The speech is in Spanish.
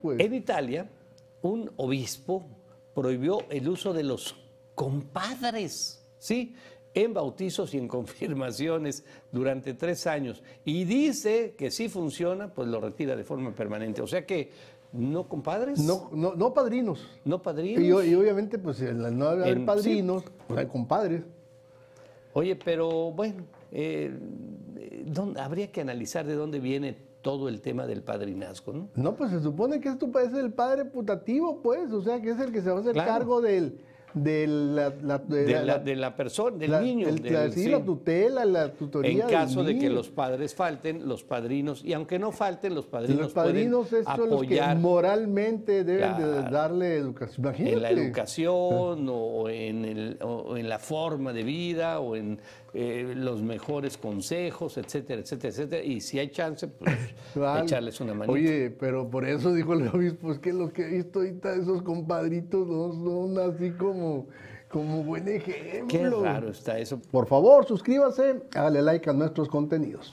Pues, En Italia, un obispo prohibió el uso de los compadres, ¿sí? En bautizos y en confirmaciones durante 3 años. Y dice que si funciona, pues lo retira de forma permanente. O sea que, ¿no compadres? no padrinos. ¿No padrinos? Y obviamente, pues al no haber Sí. padrinos, pues hay compadres. Oye, pero bueno, habría que analizar de dónde viene todo el tema del padrinazgo, ¿no? No, pues se supone que esto es el padre putativo, pues, o sea, que es el que se va a hacer Claro. cargo de la persona, del niño. Sí, la tutela, la tutoría en caso del de que niño. los padres falten, los padrinos, y aunque no falten, los padrinos, Los padrinos pueden son los que apoyar moralmente deben de Claro. darle educación. Imagínate. en la educación o en la forma de vida o en los mejores consejos, etcétera, etcétera, etcétera. Y si hay chance, pues Vale. echarles una manita. Oye, pero por eso dijo el obispo, es que lo que he visto ahorita, esos compadritos no son así como buen ejemplo. Qué raro está eso. Por favor, suscríbase, hágale like a nuestros contenidos.